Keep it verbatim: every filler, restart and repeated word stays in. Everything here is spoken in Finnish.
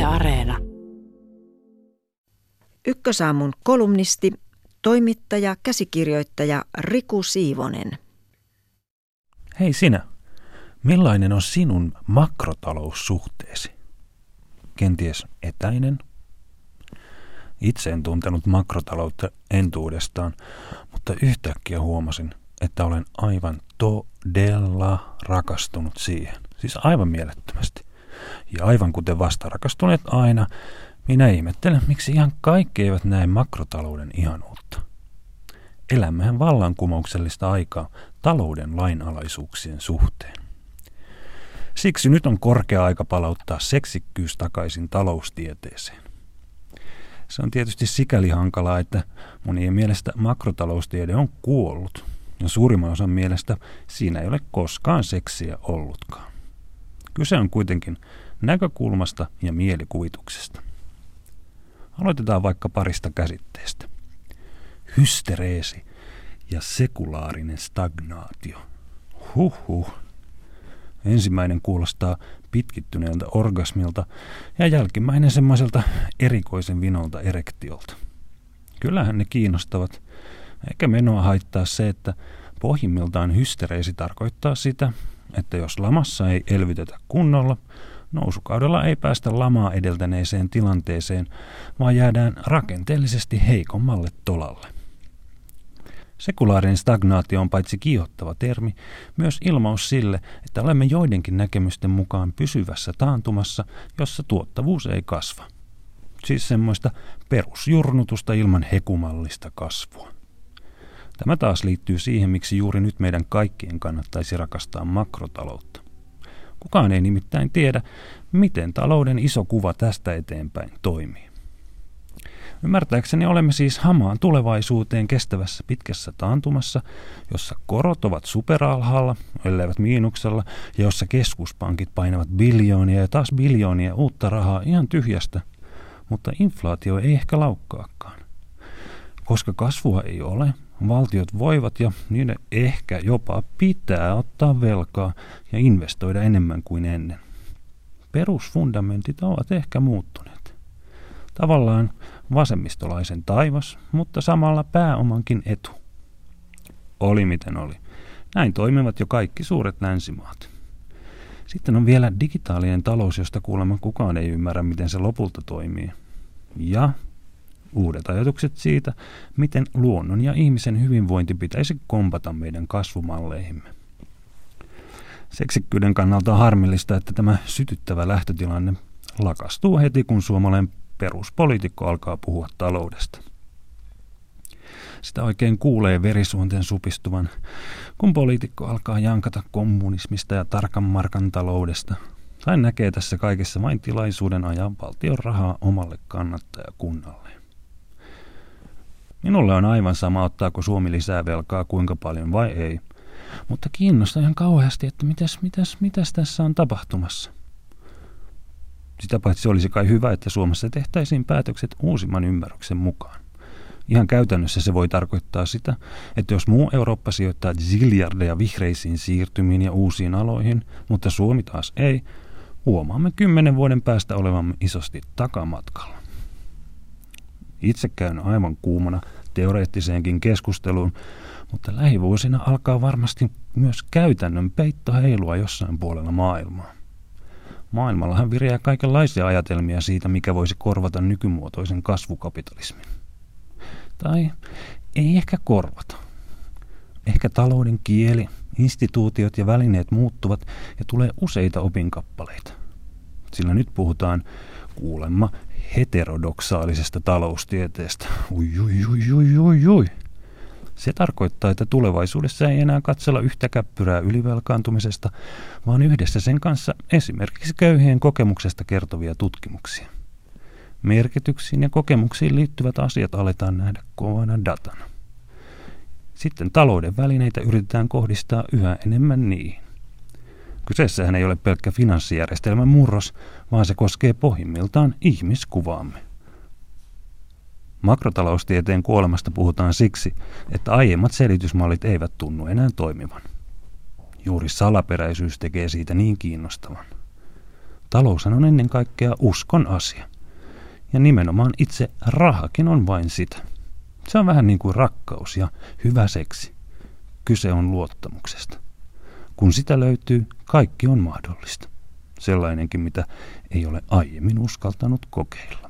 Areena. Ykkösaamun kolumnisti, toimittaja, käsikirjoittaja Riku Siivonen. Hei sinä, millainen on sinun makrotaloussuhteesi? Kenties etäinen? Itse en tuntenut makrotaloutta entuudestaan, mutta yhtäkkiä huomasin, että olen aivan todella rakastunut siihen. Siis aivan mielettömästi. Ja aivan kuten vasta rakastuneet aina, minä ihmettelen, miksi ihan kaikki eivät näe makrotalouden ihanuutta. Elämmehän vallankumouksellista aikaa talouden lainalaisuuksien suhteen. Siksi nyt on korkea aika palauttaa seksikkyys takaisin taloustieteeseen. Se on tietysti sikäli hankalaa, että monien mielestä makrotaloustiede on kuollut, ja suurimman osan mielestä siinä ei ole koskaan seksiä ollutkaan. Kyse on kuitenkin näkökulmasta ja mielikuvituksesta. Aloitetaan vaikka parista käsitteestä. Hystereesi ja sekulaarinen stagnaatio. Huhhuh. Ensimmäinen kuulostaa pitkittyneeltä orgasmilta ja jälkimmäinen semmoiselta erikoisen vinolta erektiolta. Kyllähän ne kiinnostavat, eikä menoa haittaa se, että pohjimmiltaan hystereesi tarkoittaa sitä, että jos lamassa ei elvytetä kunnolla, nousukaudella ei päästä lamaa edeltäneeseen tilanteeseen, vaan jäädään rakenteellisesti heikommalle tolalle. Sekulaarinen stagnaatio on paitsi kiihottava termi, myös ilmaus sille, että olemme joidenkin näkemysten mukaan pysyvässä taantumassa, jossa tuottavuus ei kasva. Siis semmoista perusjurnutusta ilman hekumallista kasvua. Tämä taas liittyy siihen, miksi juuri nyt meidän kaikkien kannattaisi rakastaa makrotaloutta. Kukaan ei nimittäin tiedä, miten talouden iso kuva tästä eteenpäin toimii. Ymmärtääkseni olemme siis hamaan tulevaisuuteen kestävässä pitkässä taantumassa, jossa korot ovat superalhaalla, elleivät miinuksella, ja jossa keskuspankit painavat biljoonia ja taas biljoonia uutta rahaa ihan tyhjästä, mutta inflaatio ei ehkä laukkaakaan. Koska kasvua ei ole, valtiot voivat ja niiden ehkä jopa pitää ottaa velkaa ja investoida enemmän kuin ennen. Perusfundamentit ovat ehkä muuttuneet. Tavallaan vasemmistolaisen taivas, mutta samalla pääomankin etu. Oli miten oli. Näin toimivat jo kaikki suuret länsimaat. Sitten on vielä digitaalinen talous, josta kuulemma kukaan ei ymmärrä, miten se lopulta toimii. Ja uudet ajatukset siitä, miten luonnon ja ihmisen hyvinvointi pitäisi kompata meidän kasvumalleihimme. Seksikkyyden kannalta on harmillista, että tämä sytyttävä lähtötilanne lakastuu heti, kun suomalainen peruspoliitikko alkaa puhua taloudesta. Sitä oikein kuulee verisuonten supistuvan, kun poliitikko alkaa jankata kommunismista ja tarkan markan taloudesta, tai näkee tässä kaikessa vain tilaisuuden ajaa valtion rahaa omalle kannattajakunnalle. Minulle on aivan sama, ottaako Suomi lisää velkaa kuinka paljon vai ei, mutta kiinnostaa ihan kauheasti, että mitäs, mitäs, mitäs tässä on tapahtumassa. Sitä paitsi olisi kai hyvä, että Suomessa tehtäisiin päätökset uusimman ymmärryksen mukaan. Ihan käytännössä se voi tarkoittaa sitä, että jos muu Eurooppa sijoittaa ziljardeja vihreisiin siirtymiin ja uusiin aloihin, mutta Suomi taas ei, huomaamme kymmenen vuoden päästä olevamme isosti takamatkalla. Itse käyn aivan kuumana teoreettiseenkin keskusteluun, mutta lähivuosina alkaa varmasti myös käytännön peitto heilua jossain puolella maailmaa. Maailmallahan viriää kaikenlaisia ajatelmia siitä, mikä voisi korvata nykymuotoisen kasvukapitalismin. Tai ei ehkä korvata. Ehkä talouden kieli, instituutiot ja välineet muuttuvat ja tulee useita opinkappaleita. Sillä nyt puhutaan kuulemma heterodoksaalisesta taloustieteestä. Ui, ui, ui, ui, ui, ui. Se tarkoittaa, että tulevaisuudessa ei enää katsella yhtä käppyrää ylivelkaantumisesta, vaan yhdessä sen kanssa esimerkiksi köyhien kokemuksesta kertovia tutkimuksia. Merkityksiin ja kokemuksiin liittyvät asiat aletaan nähdä kovana datana. Sitten talouden välineitä yritetään kohdistaa yhä enemmän niihin. Kyseessähän ei ole pelkkä finanssijärjestelmän murros, vaan se koskee pohjimmiltaan ihmiskuvaamme. Makrotaloustieteen kuolemasta puhutaan siksi, että aiemmat selitysmallit eivät tunnu enää toimivan. Juuri salaperäisyys tekee siitä niin kiinnostavan. Taloushan on ennen kaikkea uskon asia. Ja nimenomaan itse rahakin on vain sitä. Se on vähän niin kuin rakkaus ja hyvä seksi. Kyse on luottamuksesta. Kun sitä löytyy, kaikki on mahdollista. Sellainenkin, mitä ei ole aiemmin uskaltanut kokeilla.